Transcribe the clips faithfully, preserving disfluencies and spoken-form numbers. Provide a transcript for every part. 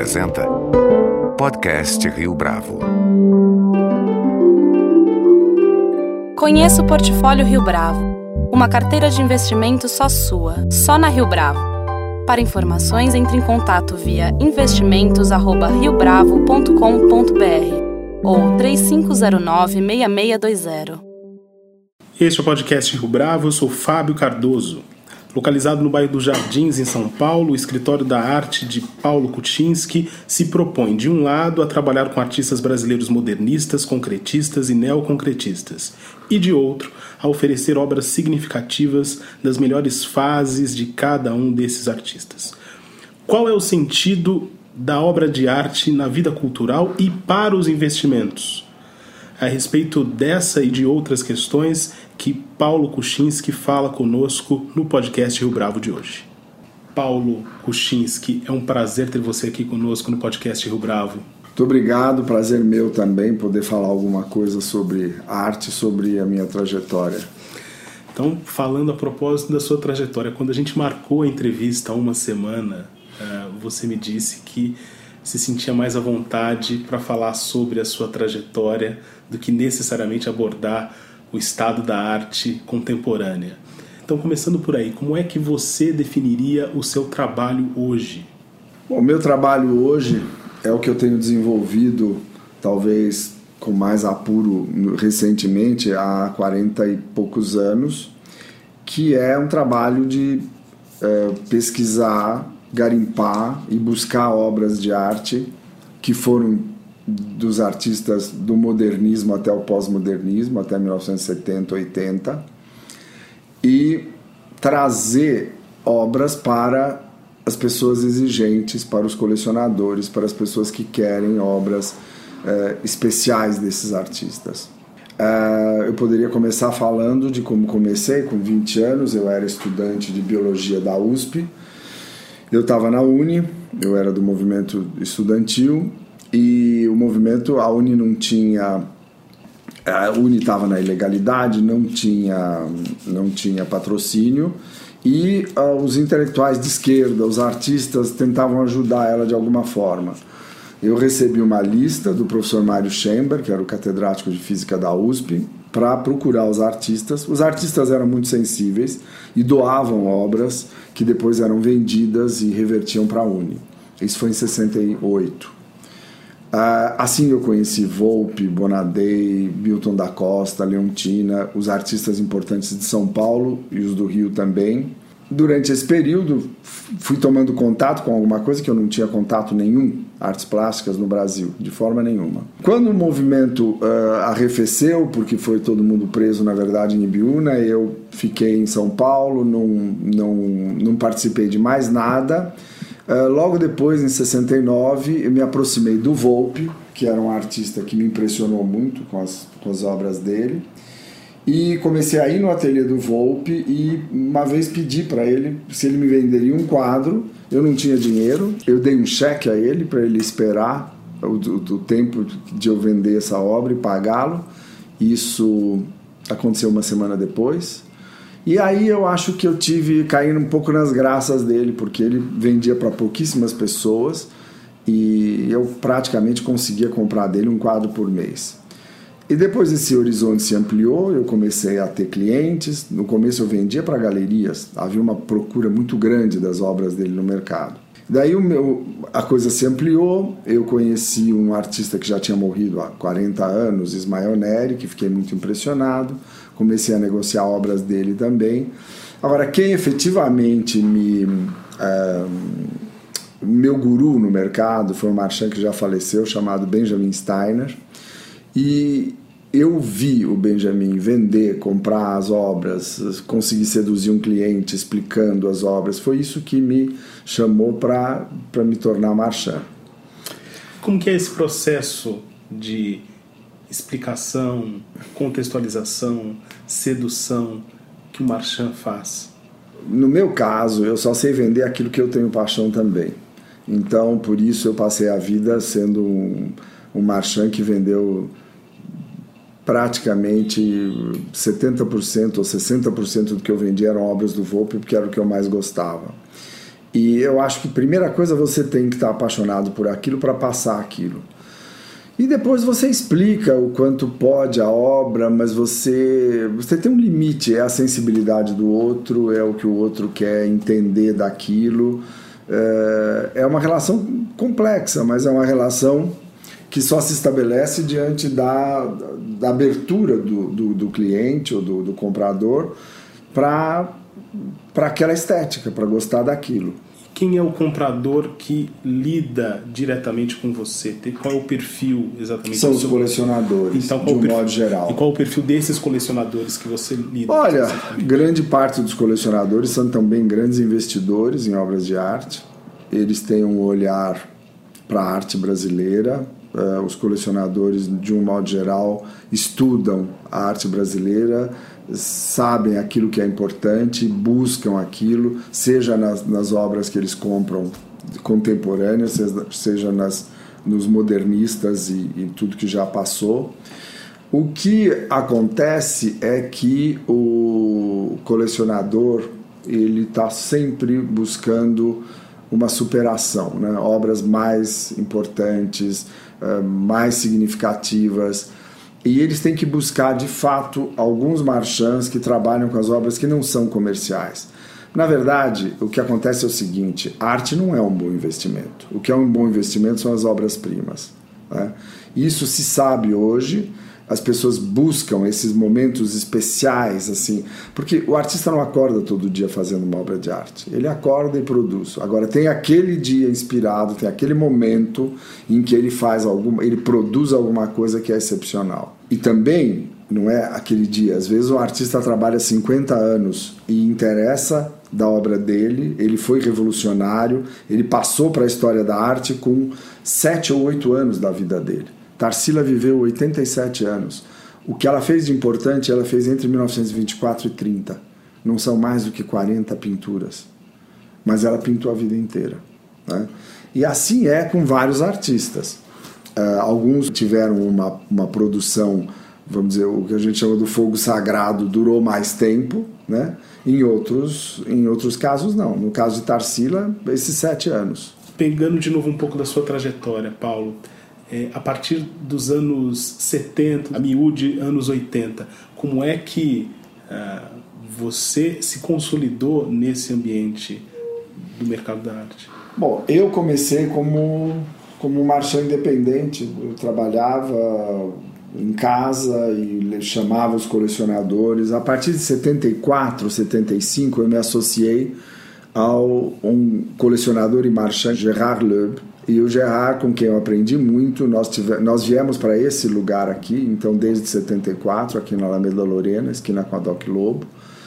apresenta Podcast Rio Bravo. Conheça o Portfólio Rio Bravo, uma carteira de investimentos só sua, só na Rio Bravo. Para informações, entre em contato via investimentos arroba rio bravo ponto com ponto b r ou três cinco zero nove, seis seis dois zero. Este é o Podcast Rio Bravo, eu sou Fábio Cardoso. Localizado no bairro dos Jardins, em São Paulo, o Escritório da Arte de Paulo Kuczynski se propõe, de um lado, a trabalhar com artistas brasileiros modernistas, concretistas e neoconcretistas, e, de outro, a oferecer obras significativas das melhores fases de cada um desses artistas. Qual é o sentido da obra de arte na vida cultural e para os investimentos? A respeito dessa e de outras questões que Paulo Kuczynski fala conosco no podcast Rio Bravo de hoje. Paulo Kuczynski, é um prazer ter você aqui conosco no podcast Rio Bravo. Muito obrigado, prazer meu também poder falar alguma coisa sobre arte, sobre a minha trajetória. Então, falando a propósito da sua trajetória, quando a gente marcou a entrevista há uma semana, você me disse que se sentia mais à vontade para falar sobre a sua trajetória do que necessariamente abordar o estado da arte contemporânea. Então, começando por aí, como é que você definiria o seu trabalho hoje? Bom, o meu trabalho hoje é o que eu tenho desenvolvido, talvez com mais apuro recentemente, há quarenta e poucos anos, que é um trabalho de é, pesquisar, garimpar e buscar obras de arte que foram dos artistas do modernismo até o pós-modernismo, até mil novecentos e setenta, oitenta, e trazer obras para as pessoas exigentes, para os colecionadores, para as pessoas que querem obras eh, especiais desses artistas. Uh, eu poderia começar falando de como comecei. Com vinte anos, eu era estudante de biologia da U S P. Eu estava na Uni, eu era do movimento estudantil, e o movimento, a Uni não tinha, a Uni estava na ilegalidade, não tinha, não tinha patrocínio, e uh, os intelectuais de esquerda, os artistas, tentavam ajudar ela de alguma forma. Eu recebi uma lista do professor Mário Schember, que era o catedrático de física da U S P, para procurar os artistas. Os artistas eram muito sensíveis e doavam obras que depois eram vendidas e revertiam para a Uni. Isso foi em sessenta e oito. Uh, assim eu conheci Volpi, Bonadei, Milton da Costa, Leontina, os artistas importantes de São Paulo e os do Rio também. Durante esse período fui tomando contato com alguma coisa que eu não tinha contato nenhum, artes plásticas no Brasil, de forma nenhuma. Quando o movimento uh, arrefeceu, porque foi todo mundo preso na verdade em Ibiúna, eu fiquei em São Paulo, não, não, não participei de mais nada. Uh, logo depois, em sessenta e nove, eu me aproximei do Volpi, que era um artista que me impressionou muito com as, com as obras dele, e comecei a ir no ateliê do Volpi e uma vez pedi para ele se ele me venderia um quadro. Eu não tinha dinheiro, eu dei um cheque a ele para ele esperar o, o, o tempo de eu vender essa obra e pagá-lo. Isso aconteceu uma semana depois. E aí eu acho que eu tive caindo um pouco nas graças dele, porque ele vendia para pouquíssimas pessoas e eu praticamente conseguia comprar dele um quadro por mês. E depois esse horizonte se ampliou, eu comecei a ter clientes. No começo eu vendia para galerias, havia uma procura muito grande das obras dele no mercado. Daí o meu, a coisa se ampliou, eu conheci um artista que já tinha morrido há quarenta anos, Ismael Neri, que fiquei muito impressionado. Comecei a negociar obras dele também. Agora, quem efetivamente me... Uh, meu guru no mercado foi um marchand que já faleceu, chamado Benjamin Steiner. E eu vi o Benjamin vender, comprar as obras, conseguir seduzir um cliente explicando as obras. Foi isso que me chamou para para me tornar marchand. Como que é esse processo de explicação, contextualização, sedução que o marchand faz? No meu caso, eu só sei vender aquilo que eu tenho paixão também. Então, por isso eu passei a vida sendo um, um marchand que vendeu praticamente setenta por cento ou sessenta por cento do que eu vendia eram obras do Volpi, porque era o que eu mais gostava. E eu acho que a primeira coisa você tem que estar apaixonado por aquilo para passar aquilo. E depois você explica o quanto pode a obra, mas você, você tem um limite, é a sensibilidade do outro, é o que o outro quer entender daquilo. É uma relação complexa, mas é uma relação que só se estabelece diante da, da abertura do, do, do cliente ou do, do comprador para para aquela estética, para gostar daquilo. Quem é o comprador que lida diretamente com você? Qual é o perfil exatamente? São os colecionadores, então, de um perfil, modo geral. E qual é o perfil desses colecionadores que você lida? Olha, grande parte dos colecionadores são também grandes investidores em obras de arte. Eles têm um olhar para a arte brasileira. Uh, os colecionadores, de um modo geral, estudam a arte brasileira, sabem aquilo que é importante, buscam aquilo, seja nas, nas obras que eles compram contemporâneas, seja, seja nas, nos modernistas e, e tudo que já passou. O que acontece é que o colecionador ele está sempre buscando uma superação, né? Obras mais importantes, mais significativas, e eles têm que buscar de fato alguns marchands que trabalham com as obras que não são comerciais. Na verdade, o que acontece é o seguinte: a arte não é um bom investimento. O que é um bom investimento são as obras-primas, né? Isso se sabe hoje. As pessoas buscam esses momentos especiais, assim, porque o artista não acorda todo dia fazendo uma obra de arte. Ele acorda e produz. Agora, tem aquele dia inspirado, tem aquele momento em que ele faz alguma, ele produz alguma coisa que é excepcional. E também não é aquele dia. Às vezes o artista trabalha cinquenta anos e interessa da obra dele, ele foi revolucionário, ele passou para a história da arte com sete ou oito anos da vida dele. Tarsila viveu oitenta e sete anos. O que ela fez de importante, ela fez entre mil novecentos e vinte e quatro e trinta. Não são mais do que quarenta pinturas. Mas ela pintou a vida inteira, né? E assim é com vários artistas. Uh, alguns tiveram uma, uma produção, vamos dizer, o que a gente chama do fogo sagrado, durou mais tempo, né? Em outros, em outros casos, não. No caso de Tarsila, esses sete anos. Pegando de novo um pouco da sua trajetória, Paulo, É, a partir dos anos setenta, a miúde anos oitenta, como é que uh, você se consolidou nesse ambiente do mercado da arte? Bom, eu comecei como, como marchand independente. Eu trabalhava em casa e chamava os colecionadores. A partir de setenta e quatro, setenta e cinco, eu me associei ao um colecionador e marchand, Gerard Loeb. E o Gerard, com quem eu aprendi muito, nós, tive, nós viemos para esse lugar aqui, então desde setenta e quatro, aqui na Alameda Lorena, esquina com a Doc Lobo,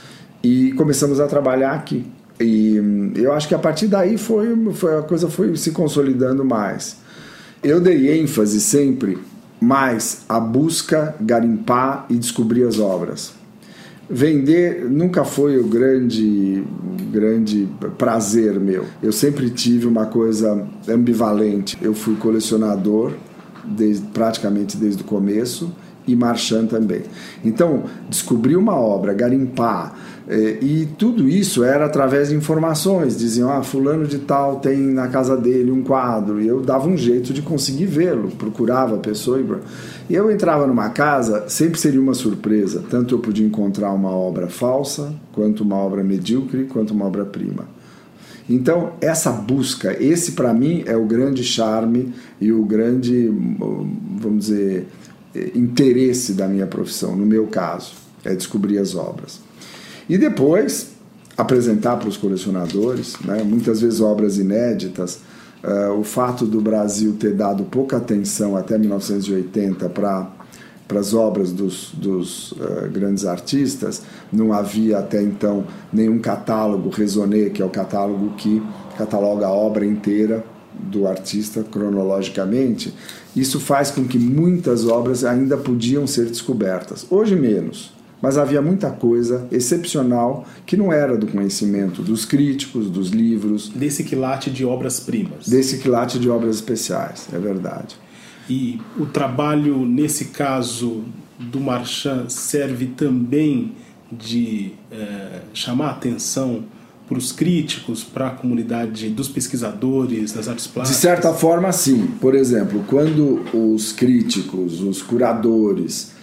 e começamos a trabalhar aqui. E eu acho que a partir daí foi, foi, a coisa foi se consolidando mais. Eu dei ênfase sempre mais à busca, garimpar e descobrir as obras. Vender nunca foi o grande, grande prazer meu. Eu sempre tive uma coisa ambivalente. Eu fui colecionador desde, praticamente desde o começo e marchand também. Então, descobrir uma obra, garimpar, eh, e tudo isso era através de informações. Diziam, ah, fulano de tal tem na casa dele um quadro, e eu dava um jeito de conseguir vê-lo, procurava a pessoa e... E eu entrava numa casa, sempre seria uma surpresa. Tanto eu podia encontrar uma obra falsa, quanto uma obra medíocre, quanto uma obra-prima. Então, essa busca, esse para mim é o grande charme e o grande, vamos dizer, interesse da minha profissão, no meu caso, é descobrir as obras. E depois, apresentar para os colecionadores, né, muitas vezes obras inéditas. Uh, o fato do Brasil ter dado pouca atenção até mil novecentos e oitenta para as obras dos, dos uh, grandes artistas, não havia até então nenhum catálogo raisonné, que é o catálogo que cataloga a obra inteira do artista cronologicamente. Isso faz com que muitas obras ainda podiam ser descobertas. Hoje menos, mas havia muita coisa excepcional que não era do conhecimento dos críticos, dos livros. Desse quilate de obras-primas. Desse quilate de obras especiais, é verdade. E o trabalho, nesse caso, do marchand serve também de é, chamar a atenção para os críticos, para a comunidade dos pesquisadores das artes plásticas? De certa forma, sim. Por exemplo, quando os críticos, os curadores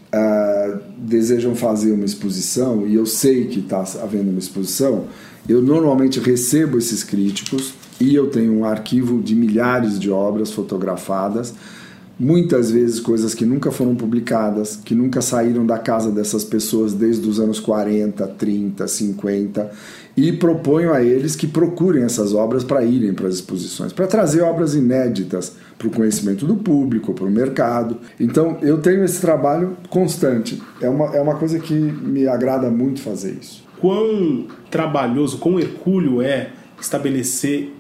uh, desejam fazer uma exposição, e eu sei que está havendo uma exposição, eu normalmente recebo esses críticos e eu tenho um arquivo de milhares de obras fotografadas, muitas vezes coisas que nunca foram publicadas, que nunca saíram da casa dessas pessoas desde os anos quarenta, trinta, cinquenta, e proponho a eles que procurem essas obras para irem para as exposições, para trazer obras inéditas para o conhecimento do público, para o mercado. Então eu tenho esse trabalho constante, é uma, é uma coisa que me agrada muito fazer isso. Quão trabalhoso, quão hercúleo é estabelecer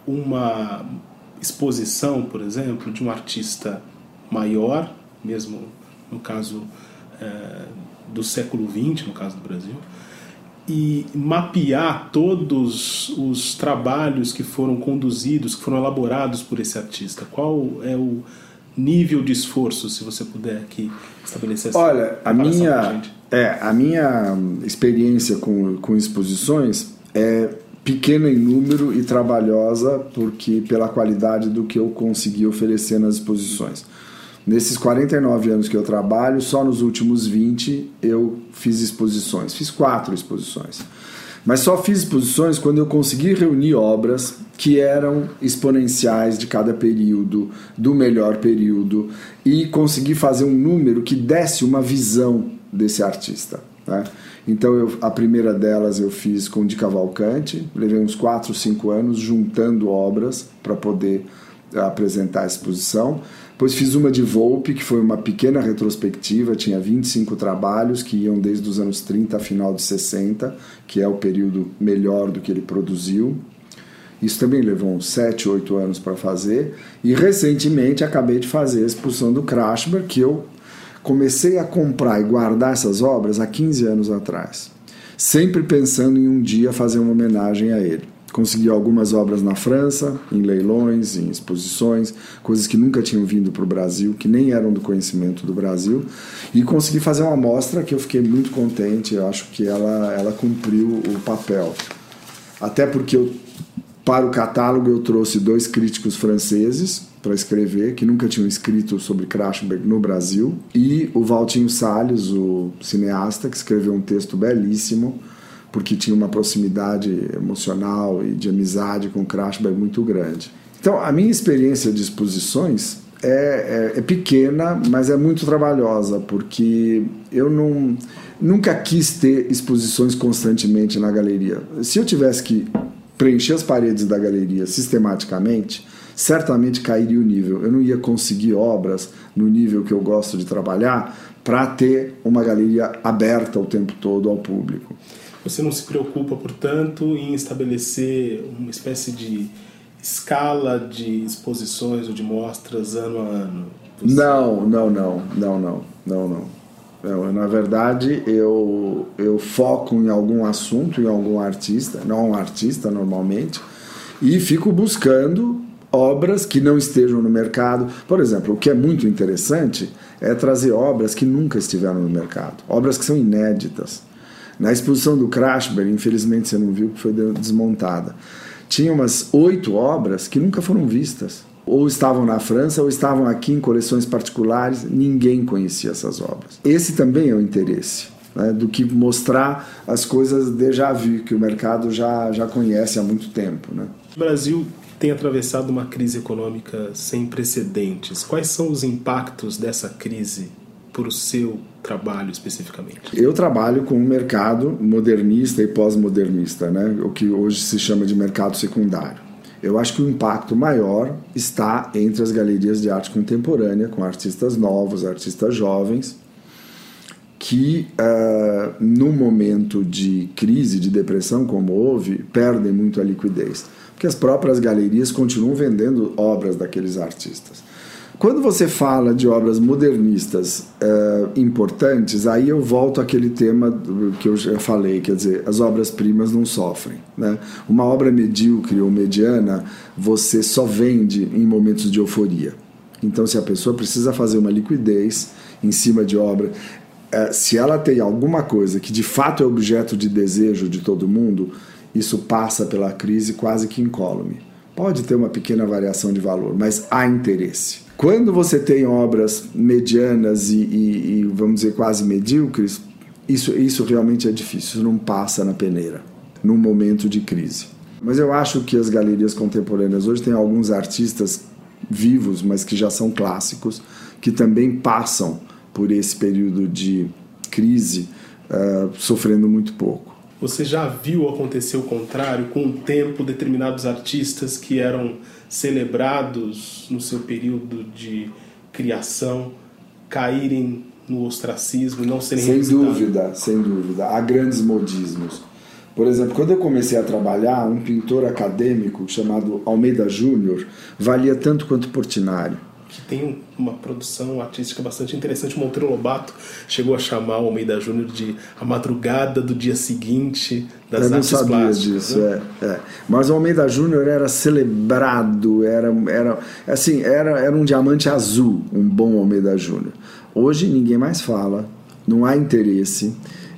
uma exposição, por exemplo, de um artista maior, mesmo no caso é, do século vinte, no caso do Brasil, e mapear todos os trabalhos que foram conduzidos, que foram elaborados por esse artista? Qual é o nível de esforço, se você puder aqui estabelecer essa Olha, a minha, é, a minha experiência com, com exposições é pequena em número e trabalhosa porque pela qualidade do que eu consegui oferecer nas exposições. Nesses quarenta e nove anos que eu trabalho, só nos últimos vinte eu fiz exposições. Fiz quatro exposições. Mas só fiz exposições quando eu consegui reunir obras que eram exponenciais de cada período, do melhor período, e consegui fazer um número que desse uma visão desse artista, né? Então eu, a primeira delas eu fiz com Di Cavalcanti, levei uns quatro, cinco anos juntando obras para poder apresentar a exposição. Depois fiz uma de Volpi, que foi uma pequena retrospectiva, tinha vinte e cinco trabalhos que iam desde os anos trinta a final de sessenta, que é o período melhor do que ele produziu. Isso também levou uns sete, oito anos para fazer. E recentemente acabei de fazer a exposição do Krashberg, que eu comecei a comprar e guardar essas obras há quinze anos atrás, sempre pensando em um dia fazer uma homenagem a ele. Consegui algumas obras na França, em leilões, em exposições, coisas que nunca tinham vindo para o Brasil, que nem eram do conhecimento do Brasil, e consegui fazer uma mostra que eu fiquei muito contente. Eu acho que ela, ela cumpriu o papel. Até porque eu, para o catálogo eu trouxe dois críticos franceses para escrever, que nunca tinham escrito sobre Krashberg no Brasil, e o Valtinho Salles, o cineasta, que escreveu um texto belíssimo, porque tinha uma proximidade emocional e de amizade com Krashberg muito grande. Então, a minha experiência de exposições é, é, é pequena, mas é muito trabalhosa, porque eu não, nunca quis ter exposições constantemente na galeria. Se eu tivesse que preencher as paredes da galeria sistematicamente, certamente cairia o nível. Eu não ia conseguir obras no nível que eu gosto de trabalhar para ter uma galeria aberta o tempo todo ao público. Você não se preocupa, portanto, em estabelecer uma espécie de escala de exposições ou de mostras ano a ano? Você... Não, não, não, não, não, não, não. Eu, na verdade, eu, eu foco em algum assunto, em algum artista, não um artista normalmente, e fico buscando obras que não estejam no mercado. Por exemplo, o que é muito interessante é trazer obras que nunca estiveram no mercado, obras que são inéditas. Na exposição do Krashberg, infelizmente você não viu, que foi desmontada, tinha umas oito obras que nunca foram vistas. Ou estavam na França, ou estavam aqui em coleções particulares, ninguém conhecia essas obras. Esse também é o interesse, né, do que mostrar as coisas déjà vu, que o mercado já, já conhece há muito tempo, né? O Brasil tem atravessado uma crise econômica sem precedentes. Quais são os impactos dessa crise para o seu trabalho especificamente? Eu trabalho com um mercado modernista e pós-modernista, né? O que hoje se chama de mercado secundário. Eu acho que o impacto maior está entre as galerias de arte contemporânea, com artistas novos, artistas jovens, que uh, num momento de crise, de depressão como houve, perdem muito a liquidez, porque as próprias galerias continuam vendendo obras daqueles artistas. Quando você fala de obras modernistas uh, importantes, aí eu volto àquele tema que eu já falei, quer dizer, as obras-primas não sofrem, né? Uma obra medíocre ou mediana, você só vende em momentos de euforia. Então, se a pessoa precisa fazer uma liquidez em cima de obra, uh, se ela tem alguma coisa que de fato é objeto de desejo de todo mundo, isso passa pela crise quase que incólume. Pode ter uma pequena variação de valor, mas há interesse. Quando você tem obras medianas e, e, e vamos dizer, quase medíocres, isso, isso realmente é difícil, isso não passa na peneira, num momento de crise. Mas eu acho que as galerias contemporâneas hoje têm alguns artistas vivos, mas que já são clássicos, que também passam por esse período de crise, uh, sofrendo muito pouco. Você já viu acontecer o contrário, com o tempo, determinados artistas que eram celebrados no seu período de criação caírem no ostracismo e não serem Sem revisitados? dúvida, sem dúvida. Há grandes modismos. Por exemplo, quando eu comecei a trabalhar, um pintor acadêmico chamado Almeida Júnior valia tanto quanto Portinari. Que tem uma produção artística bastante interessante. O Monteiro Lobato chegou a chamar o Almeida Júnior de a madrugada do dia seguinte das artes plásticas. Eu não sabia disso, né? é, é. Mas o Almeida Júnior era celebrado, era, era, assim, era, era um diamante azul, um bom Almeida Júnior. Hoje ninguém mais fala, não há interesse.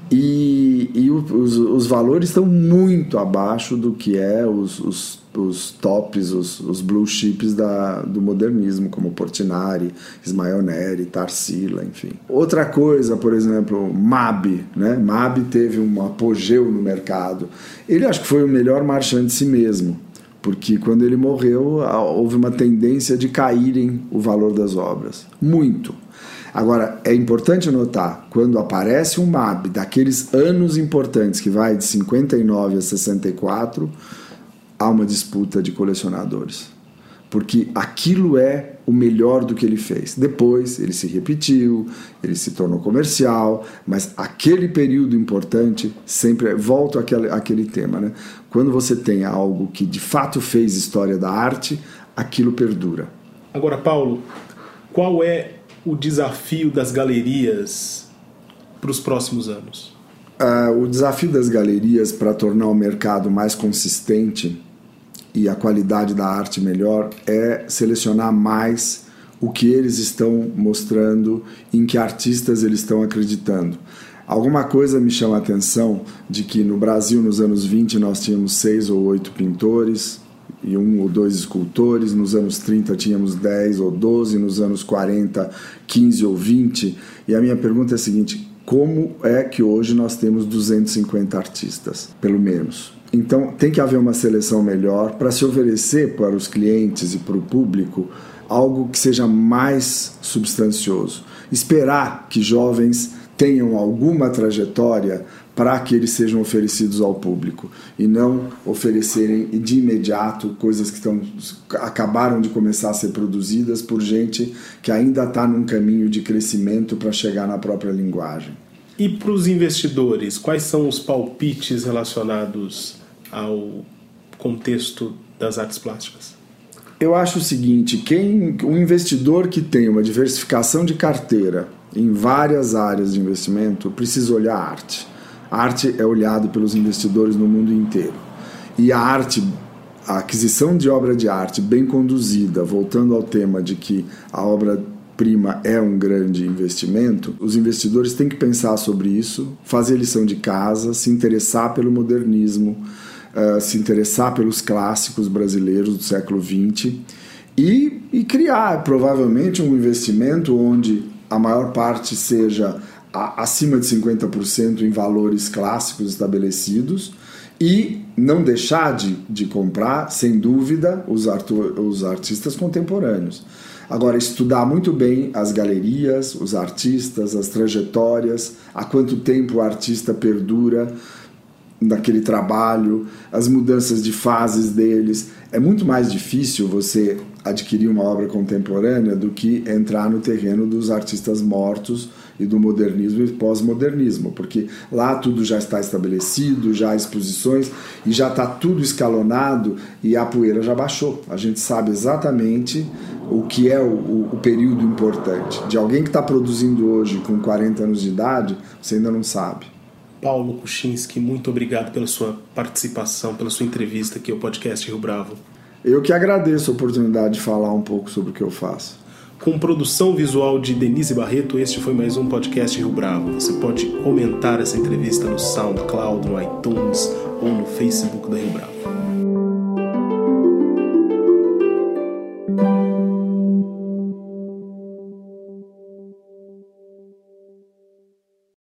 E, e os, os valores estão muito abaixo do que é os, os, os tops, os, os blue chips da, do modernismo, como Portinari, Ismael Neri, Tarsila, enfim. Outra coisa, por exemplo, Mabi, né? Mabi teve um apogeu no mercado. Ele acho que foi o melhor marchand de si mesmo, porque quando ele morreu houve uma tendência de caírem o valor das obras. Muito. Agora, é importante notar, quando aparece um Mabi daqueles anos importantes, que vai de cinquenta e nove a sessenta e quatro, há uma disputa de colecionadores. Porque aquilo é o melhor do que ele fez. Depois, ele se repetiu, ele se tornou comercial, mas aquele período importante, sempre volta àquele, àquele tema, né? Quando você tem algo que de fato fez história da arte, aquilo perdura. Agora, Paulo, qual é o desafio das galerias para os próximos anos? Uh, o desafio das galerias para tornar o mercado mais consistente e a qualidade da arte melhor é selecionar mais o que eles estão mostrando, em que artistas eles estão acreditando. Alguma coisa me chama a atenção de que no Brasil, nos anos vinte, nós tínhamos seis ou oito pintores e um ou dois escultores, nos anos trinta tínhamos dez ou doze, nos anos quarenta, quinze ou vinte, e a minha pergunta é a seguinte: como é que hoje nós temos duzentos e cinquenta artistas, pelo menos? Então tem que haver uma seleção melhor para se oferecer para os clientes e para o público algo que seja mais substancioso. Esperar que jovens tenham alguma trajetória para que eles sejam oferecidos ao público e não oferecerem de imediato coisas que estão, acabaram de começar a ser produzidas por gente que ainda está num caminho de crescimento para chegar na própria linguagem. E para os investidores, quais são os palpites relacionados ao contexto das artes plásticas? Eu acho o seguinte: quem, um investidor que tem uma diversificação de carteira em várias áreas de investimento precisa olhar a arte. A arte é olhado pelos investidores no mundo inteiro. E a arte, a aquisição de obra de arte bem conduzida, voltando ao tema de que a obra-prima é um grande investimento, os investidores têm que pensar sobre isso, fazer lição de casa, se interessar pelo modernismo, uh, se interessar pelos clássicos brasileiros do século vinte e, e criar, provavelmente, um investimento onde a maior parte seja acima de cinquenta por cento em valores clássicos estabelecidos e não deixar de, de comprar, sem dúvida, os, artu- os artistas contemporâneos. Agora, estudar muito bem as galerias, os artistas, as trajetórias, há quanto tempo o artista perdura naquele trabalho, as mudanças de fases deles. É muito mais difícil você adquirir uma obra contemporânea do que entrar no terreno dos artistas mortos e do modernismo e pós-modernismo, porque lá tudo já está estabelecido, já há exposições e já está tudo escalonado e a poeira já baixou. A gente sabe exatamente o que é o, o, o período importante. De alguém que está produzindo hoje com quarenta anos de idade, você ainda não sabe. Paulo Kuczynski, muito obrigado pela sua participação, pela sua entrevista aqui ao podcast Rio Bravo. Eu que agradeço a oportunidade de falar um pouco sobre o que eu faço. Com produção visual de Denise Barreto, este foi mais um podcast Rio Bravo. Você pode comentar essa entrevista no SoundCloud, no iTunes ou no Facebook da Rio Bravo.